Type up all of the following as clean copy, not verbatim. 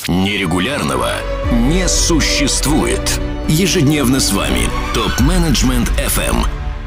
Нерегулярного не существует. Ежедневно с вами ТОП-менеджмент FM.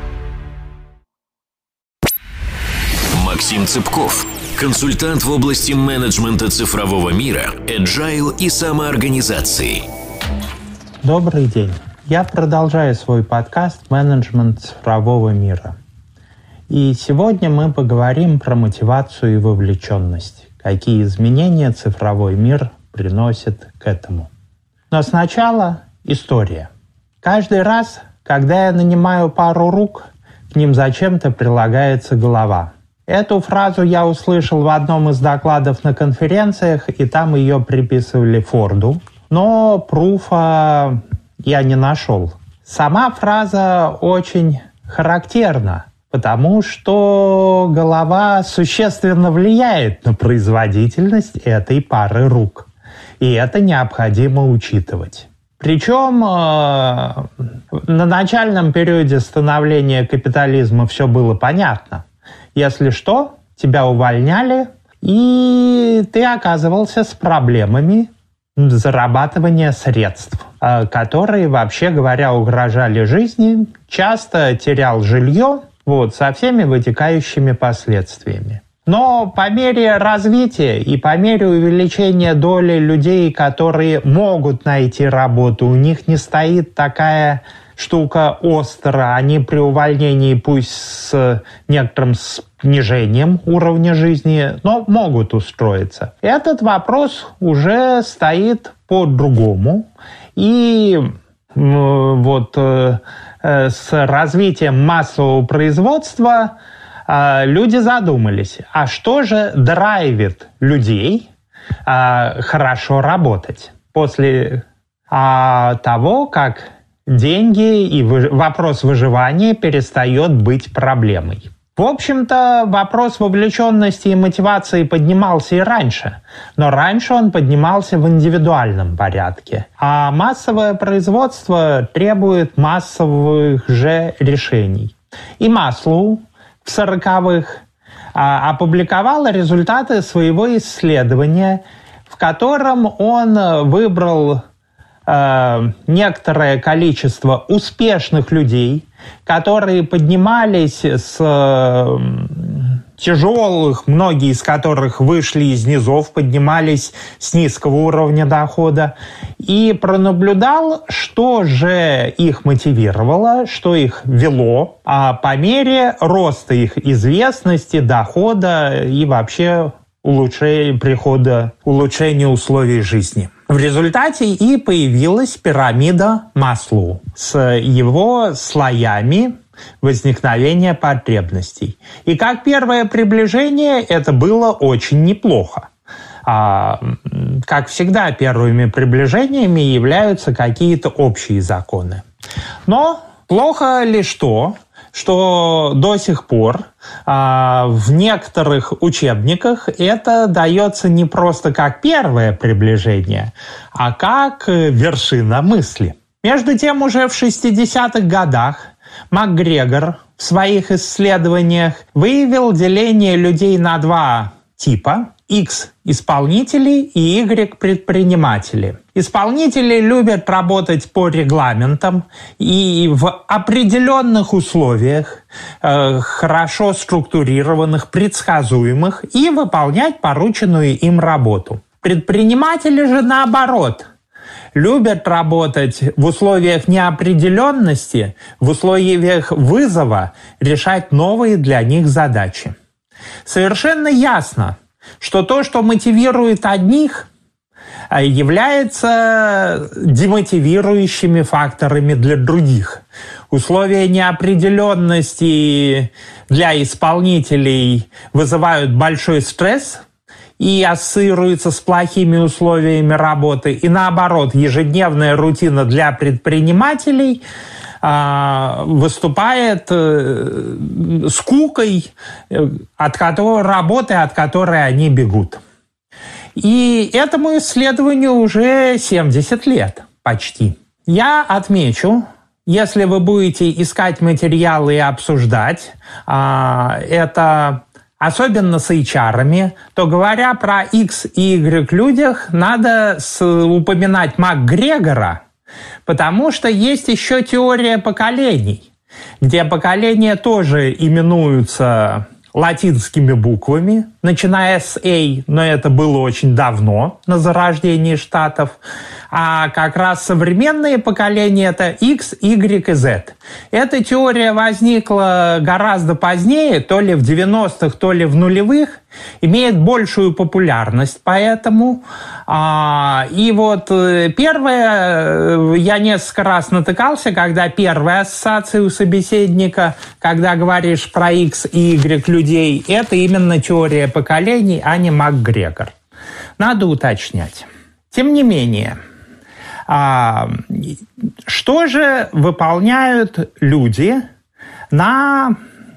Максим Цыпков, консультант в области менеджмента цифрового мира, agile и самоорганизации. Добрый день. Я продолжаю свой подкаст «Менеджмент цифрового мира». И сегодня мы поговорим про мотивацию и вовлеченность. Какие изменения цифровой мир приносит к этому. Но сначала история. Каждый раз, когда я нанимаю пару рук, к ним зачем-то прилагается голова. Эту фразу я услышал в одном из докладов на конференциях, и там ее приписывали Форду. Но пруфа я не нашел. Сама фраза очень характерна, потому что голова существенно влияет на производительность этой пары рук. И это необходимо учитывать. Причем на начальном периоде становления капитализма все было понятно. Если что, тебя увольняли, и ты оказывался с проблемами зарабатывания средств, которые, вообще говоря, угрожали жизни, часто терял жилье, со всеми вытекающими последствиями. Но по мере развития и по мере увеличения доли людей, которые могут найти работу, у них не стоит такая штука остро. Они при увольнении, пусть с некоторым снижением уровня жизни, но могут устроиться. Этот вопрос уже стоит по-другому. И с развитием массового производства люди задумались, а что же драйвит людей хорошо работать после того, как деньги и вопрос выживания перестает быть проблемой. В общем-то, вопрос вовлеченности и мотивации поднимался и раньше, но раньше он поднимался в индивидуальном порядке. А массовое производство требует массовых же решений. И Маслоу в 40-х опубликовал результаты своего исследования, в котором он выбрал некоторое количество успешных людей, которые поднимались с тяжелых, многие из которых вышли из низов, поднимались с низкого уровня дохода, и пронаблюдал, что же их мотивировало, что их вело по мере роста их известности, дохода и вообще улучшения условий жизни. В результате и появилась пирамида Маслоу с его слоями возникновения потребностей. И как первое приближение это было очень неплохо. Как всегда, первыми приближениями являются какие-то общие законы. Но плохо лишь то, что до сих пор в некоторых учебниках это дается не просто как первое приближение, а как вершина мысли. Между тем, уже в 60-х годах МакГрегор в своих исследованиях выявил деление людей на два типа: X – исполнители и Y – предприниматели. Исполнители любят работать по регламентам и в определенных условиях, хорошо структурированных, предсказуемых, и выполнять порученную им работу. Предприниматели же наоборот любят работать в условиях неопределенности, в условиях вызова, решать новые для них задачи. Совершенно ясно, что то, что мотивирует одних, является демотивирующими факторами для других. Условия неопределенности для исполнителей вызывают большой стресс и ассоциируются с плохими условиями работы. И наоборот, ежедневная рутина для предпринимателей выступает скукой от которой они бегут. И этому исследованию уже 70 лет почти. Я отмечу, если вы будете искать материалы и обсуждать, это особенно с HR-ами, то, говоря про X и Y людях, надо упоминать МакГрегора, потому что есть еще теория поколений, где поколения тоже именуются латинскими буквами, начиная с A, но это было очень давно, на зарождении Штатов. А как раз современные поколения – это X, Y и Z. Эта теория возникла гораздо позднее, то ли в 90-х, то ли в нулевых, имеет большую популярность поэтому. И вот первое, я несколько раз натыкался, когда первая ассоциация у собеседника, когда говоришь про X и Y людей, это именно теория поколений, а не МакГрегор. Надо уточнять. Тем не менее, что же выполняют люди на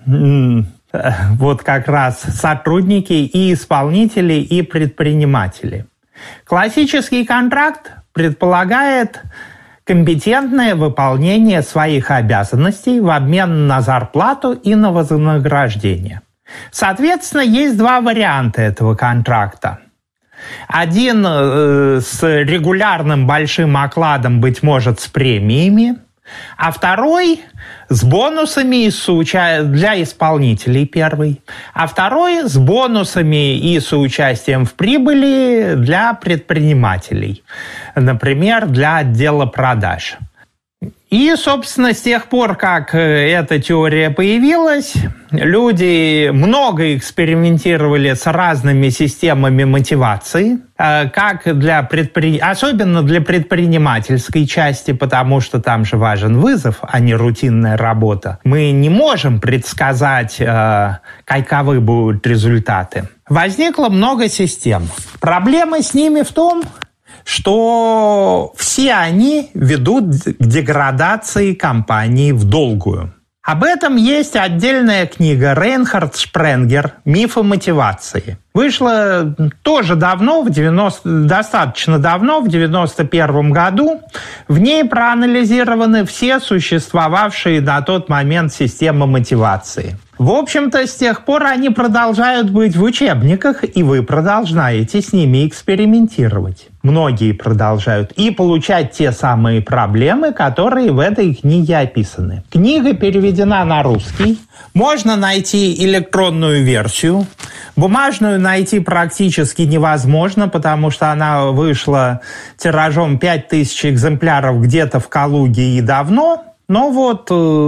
вот как раз сотрудники и исполнители, и предприниматели? Классический контракт предполагает компетентное выполнение своих обязанностей в обмен на зарплату и на вознаграждение. Соответственно, есть два варианта этого контракта. Один с регулярным большим окладом, быть может, с премиями, а второй с бонусами для исполнителей, первый, а второй с бонусами и соучастием в прибыли для предпринимателей, например, для отдела продаж. И, собственно, с тех пор, как эта теория появилась, люди много экспериментировали с разными системами мотивации, как особенно для предпринимательской части, потому что там же важен вызов, а не рутинная работа. Мы не можем предсказать, каковы будут результаты. Возникло много систем. Проблема с ними в том, что все они ведут к деградации компании в долгую. Об этом есть отдельная книга Рейнхард Шпренгер «Мифы мотивации». Вышла тоже давно, достаточно давно, в 1991 году. В ней проанализированы все существовавшие на тот момент системы мотивации. В общем-то, с тех пор они продолжают быть в учебниках, и вы продолжаете с ними экспериментировать. Многие продолжают. И получать те самые проблемы, которые в этой книге описаны. Книга переведена на русский. Можно найти электронную версию. Бумажную найти практически невозможно, потому что она вышла тиражом 5000 экземпляров где-то в Калуге и давно. Но вот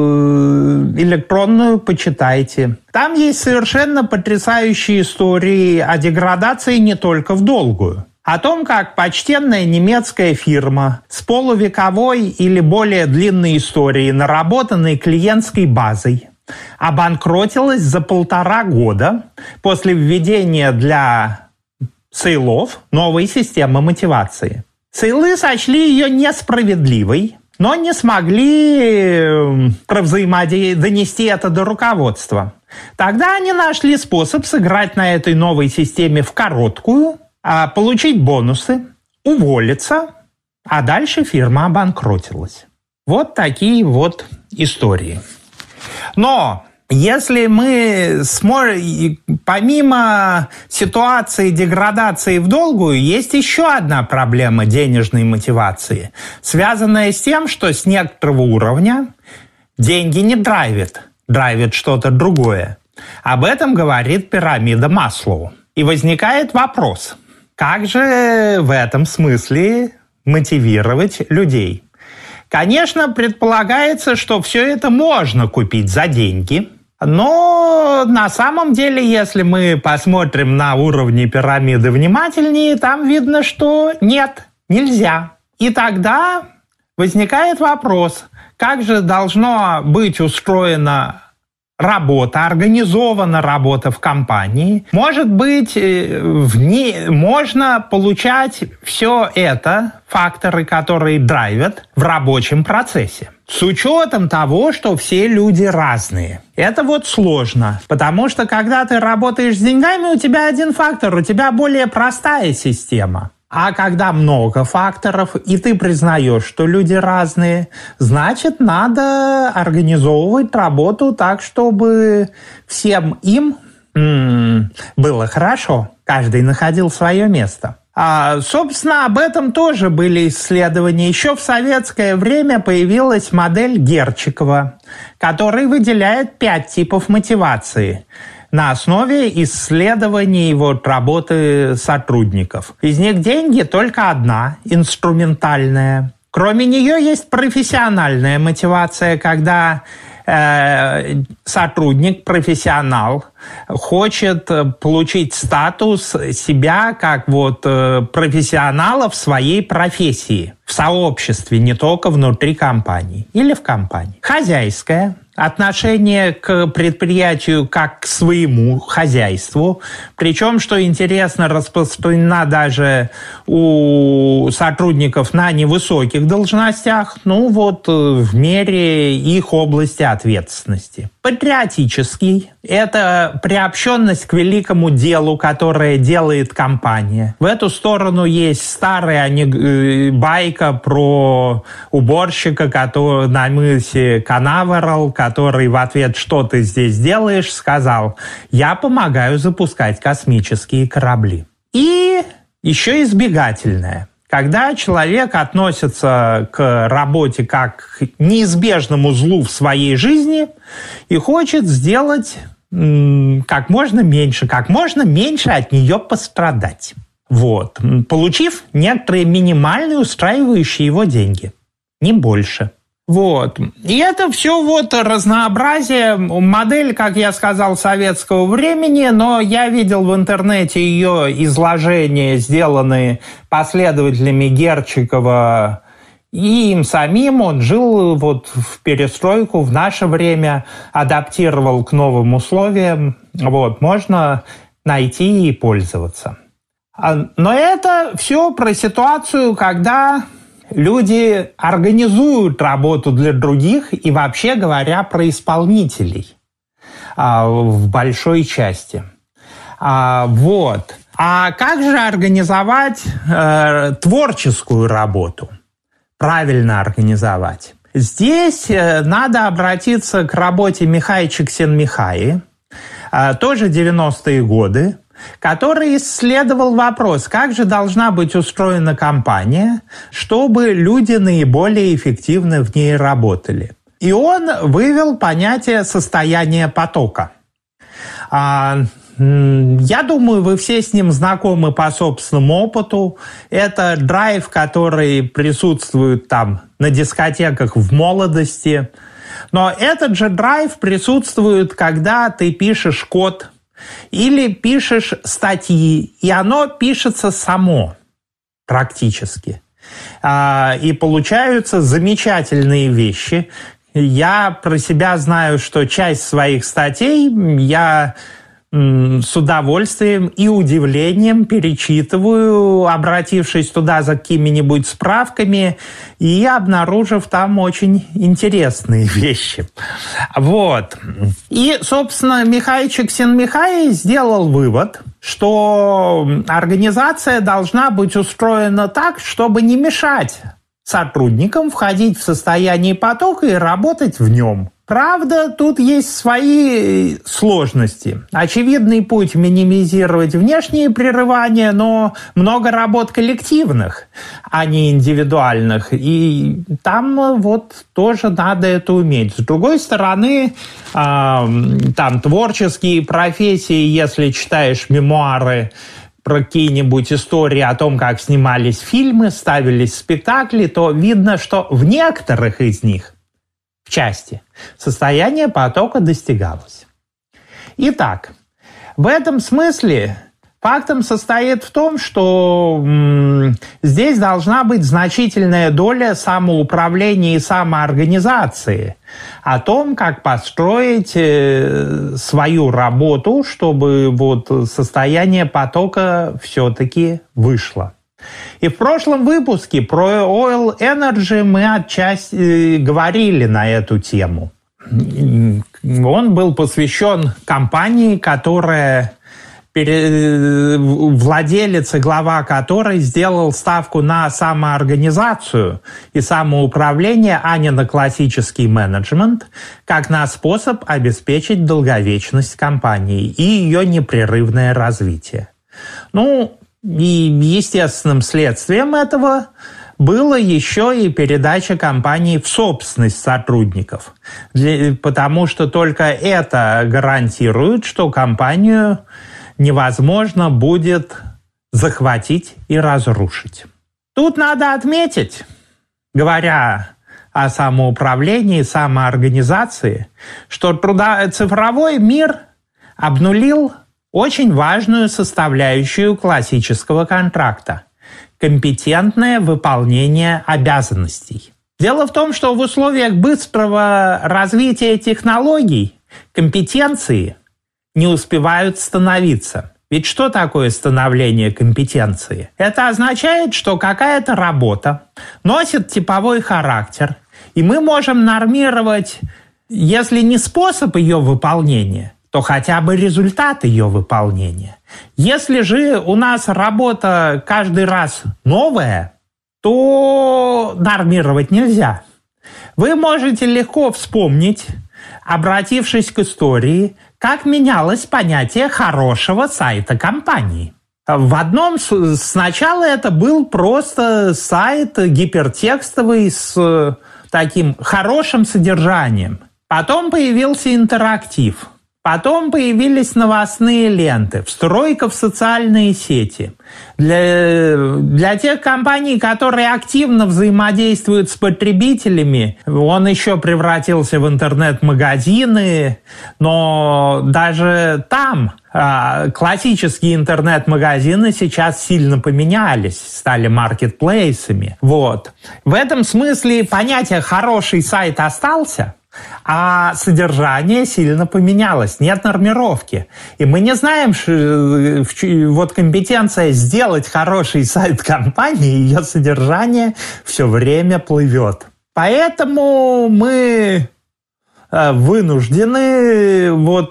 электронную почитайте. Там есть совершенно потрясающие истории о деградации не только в долгую. О том, как почтенная немецкая фирма с полувековой или более длинной историей, наработанной клиентской базой, обанкротилась за 1,5 года после введения для сейлов новой системы мотивации. Сейлы сочли ее несправедливой, но не смогли донести это до руководства. Тогда они нашли способ сыграть на этой новой системе в короткую, получить бонусы, уволиться, а дальше фирма обанкротилась. Вот такие вот истории. Но если мы помимо ситуации деградации в долгую, есть еще одна проблема денежной мотивации, связанная с тем, что с некоторого уровня деньги не драйвит что-то другое. Об этом говорит пирамида Маслоу. И возникает вопрос, как же в этом смысле мотивировать людей? Конечно, предполагается, что все это можно купить за деньги, но на самом деле, если мы посмотрим на уровни пирамиды внимательнее, там видно, что нет, нельзя. И тогда возникает вопрос, как же должна быть устроена работа, организована работа в компании. Может быть, можно получать все это, факторы, которые драйвят, в рабочем процессе. С учетом того, что все люди разные. Это вот сложно, потому что когда ты работаешь с деньгами, у тебя один фактор, у тебя более простая система. А когда много факторов, и ты признаешь, что люди разные, значит, надо организовывать работу так, чтобы всем им было хорошо. Каждый находил свое место. Собственно, об этом тоже были исследования. Еще в советское время появилась модель Герчикова, которая выделяет 5 типов мотивации на основе исследований работы сотрудников. Из них деньги только одна, инструментальная. Кроме нее есть профессиональная мотивация, когда сотрудник, профессионал, хочет получить статус себя как профессионала в своей профессии, в сообществе, не только внутри компании или в компании. Хозяйское отношение к предприятию как к своему хозяйству, причем, что интересно, распространена даже у сотрудников на невысоких должностях, в мере их области ответственности. Патриотический – это приобщенность к великому делу, которое делает компания. В эту сторону есть старая байка про уборщика, который на мысе Канаверал, который в ответ «Что ты здесь делаешь?» сказал: «Я помогаю запускать космические корабли». И еще избегательное. Когда человек относится к работе как к неизбежному злу в своей жизни и хочет сделать как можно меньше от нее пострадать. Получив некоторые минимальные устраивающие его деньги. Не больше. И это все разнообразие, модель, как я сказал, советского времени, но я видел в интернете ее изложения, сделанные последователями Герчикова и им самим. Он жил в перестройку, в наше время, адаптировал к новым условиям. Можно найти и пользоваться. Но это все про ситуацию, когда люди организуют работу для других и, вообще говоря, про исполнителей в большой части. А как же организовать творческую работу? Правильно организовать. Здесь надо обратиться к работе Михаи Чиксенмихаи, тоже 90-е годы, который исследовал вопрос, как же должна быть устроена компания, чтобы люди наиболее эффективно в ней работали. И он вывел понятие состояния потока. Я думаю, вы все с ним знакомы по собственному опыту. Это драйв, который присутствует на дискотеках в молодости. Но этот же драйв присутствует, когда ты пишешь код или пишешь статьи, и оно пишется само практически. И получаются замечательные вещи. Я про себя знаю, что часть своих статей я с удовольствием и удивлением перечитываю, обратившись туда за какими-нибудь справками и обнаружив там очень интересные вещи. И, собственно, Михаи Чиксенмихаи сделал вывод, что организация должна быть устроена так, чтобы не мешать сотрудникам входить в состояние потока и работать в нем. Правда, тут есть свои сложности. Очевидный путь – минимизировать внешние прерывания, но много работ коллективных, а не индивидуальных. И там тоже надо это уметь. С другой стороны, творческие профессии, если читаешь мемуары про какие-нибудь истории о том, как снимались фильмы, ставились спектакли, то видно, что в некоторых из них, в части, состояние потока достигалось. Итак, в этом смысле фактом состоит в том, что здесь должна быть значительная доля самоуправления и самоорганизации о том, как построить свою работу, чтобы состояние потока все-таки вышло. И в прошлом выпуске про Oil Energy мы отчасти говорили на эту тему. Он был посвящен компании, которая владелец и глава которой сделал ставку на самоорганизацию и самоуправление, а не на классический менеджмент, как на способ обеспечить долговечность компании и ее непрерывное развитие. Ну, и естественным следствием этого было еще и передача компании в собственность сотрудников, потому что только это гарантирует, что компанию невозможно будет захватить и разрушить. Тут надо отметить, говоря о самоуправлении, самоорганизации, что цифровой мир обнулил очень важную составляющую классического контракта – компетентное выполнение обязанностей. Дело в том, что в условиях быстрого развития технологий компетенции не успевают становиться. Ведь что такое становление компетенции? Это означает, что какая-то работа носит типовой характер, и мы можем нормировать, если не способ ее выполнения, то хотя бы результат ее выполнения. Если же у нас работа каждый раз новая, то нормировать нельзя. Вы можете легко вспомнить, обратившись к истории, как менялось понятие хорошего сайта компании. В одном сначала это был просто сайт гипертекстовый с таким хорошим содержанием. Потом появился интерактив. Потом появились новостные ленты, встройка в социальные сети. Для тех компаний, которые активно взаимодействуют с потребителями, он еще превратился в интернет-магазины, но даже там классические интернет-магазины сейчас сильно поменялись, стали маркетплейсами. Вот. В этом смысле понятие «хороший сайт» остался, а содержание сильно поменялось, нет нормировки. И мы не знаем, вот компетенция сделать хороший сайт компании, ее содержание все время плывет. Поэтому мы вынуждены,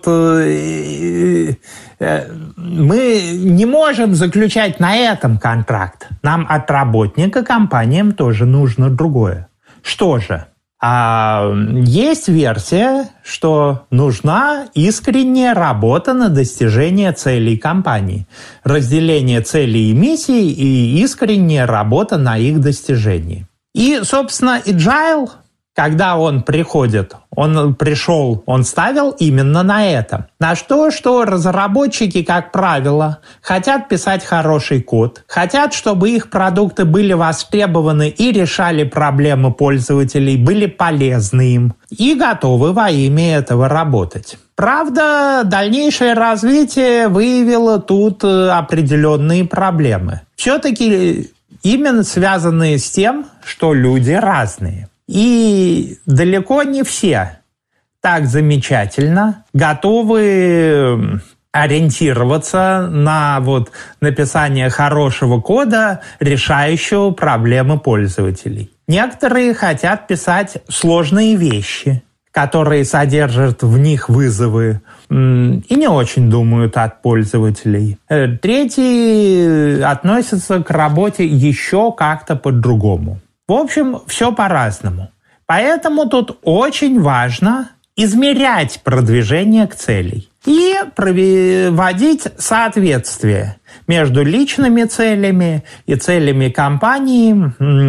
мы не можем заключать на этом контракт. Нам от работника компаниям тоже нужно другое. Что же? Есть версия, что нужна искренняя работа на достижение целей компании, разделение целей и миссий и искренняя работа на их достижении. И, собственно, Agile, когда он пришел, он ставил именно на этом. На что разработчики, как правило, хотят писать хороший код, хотят, чтобы их продукты были востребованы и решали проблемы пользователей, были полезны им и готовы во имя этого работать. Правда, дальнейшее развитие выявило тут определенные проблемы. Все-таки именно связанные с тем, что люди разные. И далеко не все так замечательно готовы ориентироваться на написание хорошего кода, решающего проблемы пользователей. Некоторые хотят писать сложные вещи, которые содержат в них вызовы, и не очень думают от пользователей. Третьи относятся к работе еще как-то по-другому. В общем, все по-разному. Поэтому тут очень важно измерять продвижение к целям и проводить соответствие между личными целями и целями компании.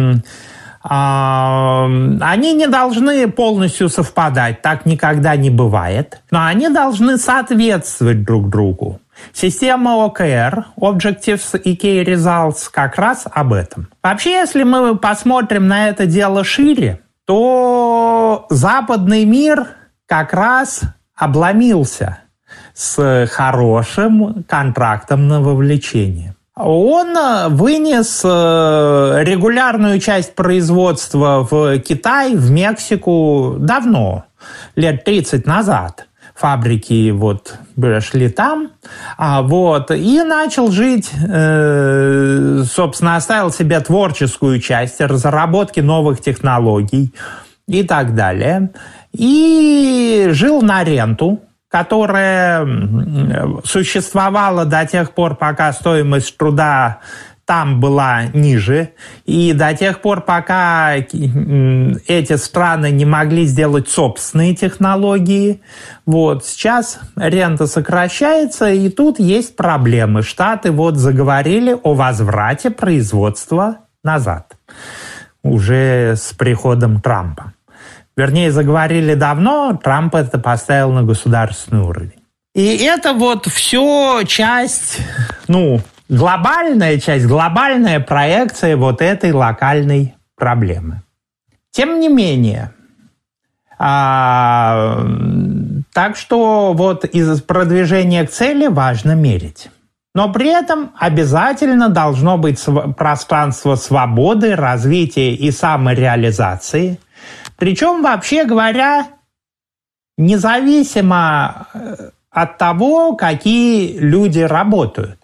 Они не должны полностью совпадать, так никогда не бывает, но они должны соответствовать друг другу. Система OKR, Objectives и Key Results, как раз об этом. Вообще, если мы посмотрим на это дело шире, то западный мир как раз обломился с хорошим контрактом на вовлечение. Он вынес регулярную часть производства в Китай, в Мексику давно, лет 30 назад. Фабрики шли там, и начал жить, собственно, оставил себе творческую часть, разработки новых технологий и так далее. И жил на ренту, которая существовала до тех пор, пока стоимость труда там была ниже, и до тех пор, пока эти страны не могли сделать собственные технологии. Сейчас рента сокращается, и тут есть проблемы. Штаты заговорили о возврате производства назад, уже с приходом Трампа. Вернее, заговорили давно, Трамп это поставил на государственный уровень. И это все часть, глобальная часть, глобальная проекция этой локальной проблемы. Тем не менее, так что из продвижения к цели важно мерить. Но при этом обязательно должно быть пространство свободы, развития и самореализации. Причем, вообще говоря, независимо от того, какие люди работают.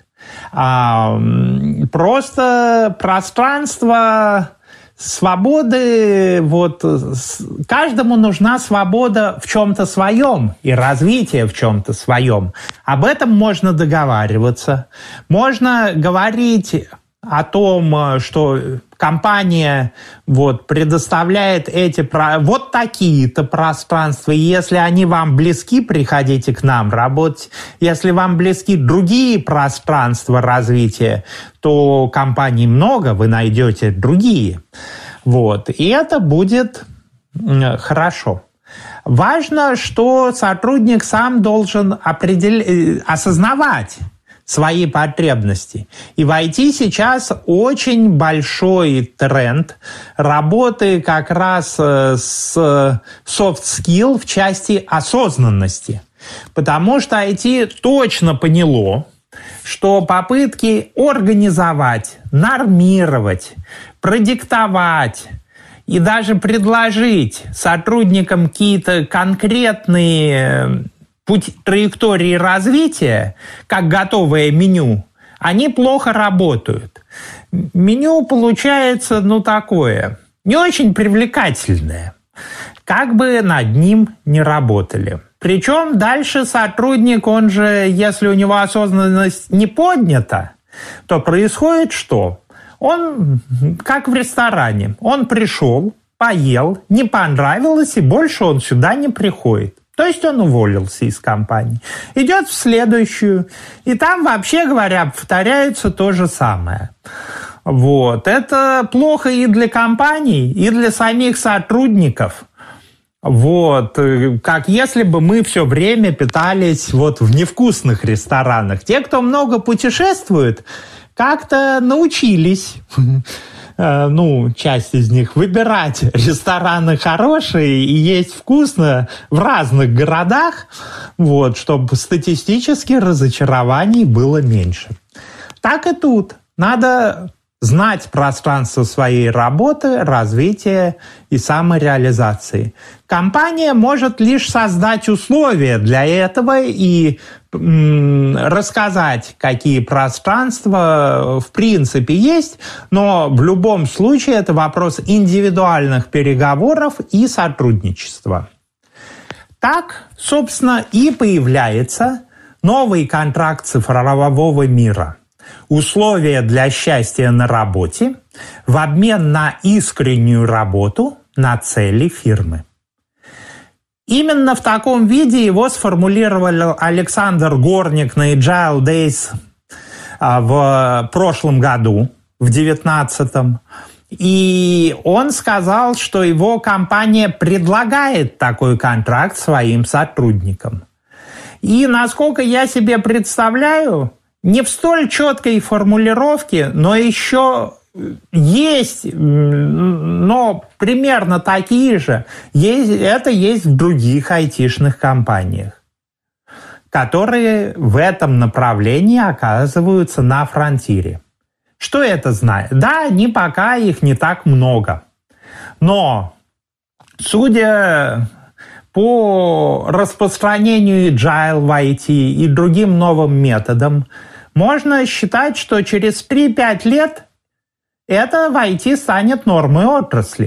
Просто пространство свободы, каждому нужна свобода в чем-то своем и развитие в чем-то своем. Об этом можно договариваться. Можно говорить о том, что компания предоставляет такие-то пространства, и если они вам близки, приходите к нам работать. Если вам близки другие пространства развития, то компаний много, вы найдете другие. И это будет хорошо. Важно, что сотрудник сам должен осознавать свои потребности. И в IT сейчас очень большой тренд работы как раз с soft skill в части осознанности. Потому что IT точно поняло, что попытки организовать, нормировать, продиктовать и даже предложить сотрудникам какие-то конкретные траектории развития, как готовое меню, они плохо работают. Меню получается, такое, не очень привлекательное. Как бы над ним не работали. Причем дальше сотрудник, он же, если у него осознанность не поднята, то происходит что? Он, как в ресторане, он пришел, поел, не понравилось, и больше он сюда не приходит. То есть он уволился из компании. Идет в следующую, и там, вообще говоря, повторяется то же самое. Это плохо и для компаний, и для самих сотрудников. Как если бы мы все время питались в невкусных ресторанах. Те, кто много путешествует, как-то научились, часть из них, выбирать рестораны хорошие и есть вкусно в разных городах, чтобы статистически разочарований было меньше. Так и тут. Надо знать пространство своей работы, развития и самореализации. Компания может лишь создать условия для этого и рассказать, какие пространства в принципе есть, но в любом случае это вопрос индивидуальных переговоров и сотрудничества. Так, собственно, и появляется новый контракт цифрового мира. Условия для счастья на работе в обмен на искреннюю работу на цели фирмы. Именно в таком виде его сформулировал Александр Горник на Agile Days в прошлом году, в 2019. И он сказал, что его компания предлагает такой контракт своим сотрудникам. И, насколько я себе представляю, не в столь четкой формулировке, но еще есть, но примерно такие же, это есть в других айтишных компаниях, которые в этом направлении оказываются на фронтире. Что это значит? Да, пока их не так много, но судя по распространению Agile в IT и другим новым методам, можно считать, что через 3-5 лет это в IT станет нормой отрасли.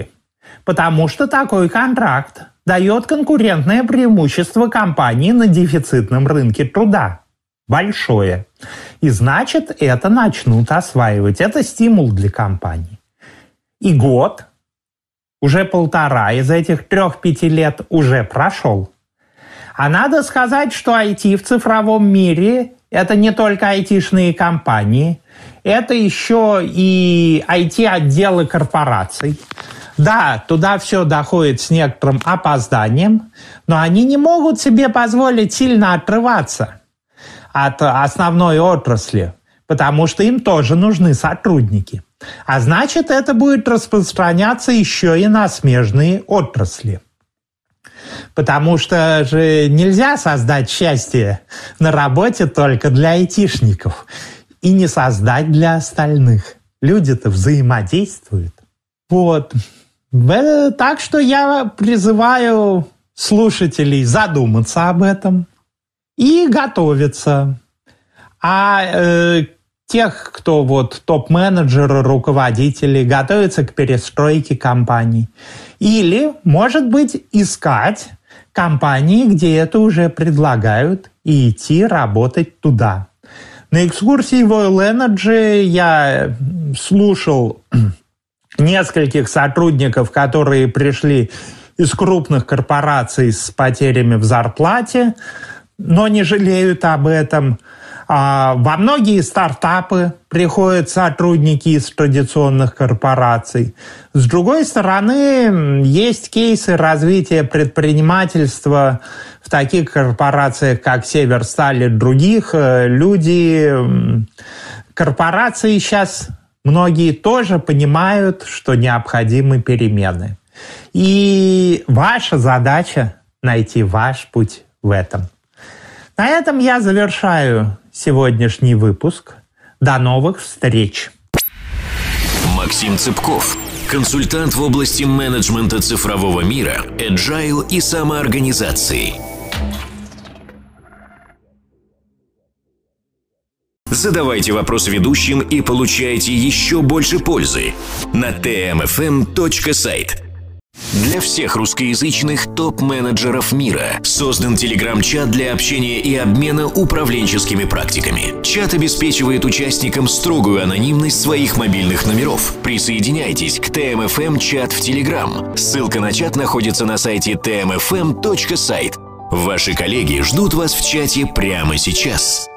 Потому что такой контракт дает конкурентное преимущество компании на дефицитном рынке труда. Большое. И значит, это начнут осваивать. Это стимул для компаний. И год, уже 1,5 из этих 3-5 лет уже прошел. А надо сказать, что IT в цифровом мире – это не только айтишные компании, это еще и IT-отделы корпораций. Да, туда все доходит с некоторым опозданием, но они не могут себе позволить сильно отрываться от основной отрасли, потому что им тоже нужны сотрудники. А значит, это будет распространяться еще и на смежные отрасли. Потому что же нельзя создать счастье на работе только для айтишников и не создать для остальных. Люди-то взаимодействуют. Вот. Так что я призываю слушателей задуматься об этом и готовиться. А тех, кто вот топ-менеджеры, руководители, готовятся к перестройке компаний. Или, может быть, искать компании, где это уже предлагают, и идти работать туда. На экскурсии в Oil Energy я слушал нескольких сотрудников, которые пришли из крупных корпораций с потерями в зарплате, но не жалеют об этом. Во многие стартапы приходят сотрудники из традиционных корпораций. С другой стороны, есть кейсы развития предпринимательства в таких корпорациях, как Северсталь и других. Корпорации сейчас многие тоже понимают, что необходимы перемены. И ваша задача – найти ваш путь в этом. На этом я завершаю сегодняшний выпуск. До новых встреч! Максим Цыпков, консультант в области менеджмента цифрового мира, Agile и самоорганизации. Задавайте вопросы ведущим и получайте еще больше пользы на tmfm.site. Для всех русскоязычных топ-менеджеров мира создан телеграм-чат для общения и обмена управленческими практиками. Чат обеспечивает участникам строгую анонимность своих мобильных номеров. Присоединяйтесь к TMFM-чат в Telegram. Ссылка на чат находится на сайте tmfm.site. Ваши коллеги ждут вас в чате прямо сейчас.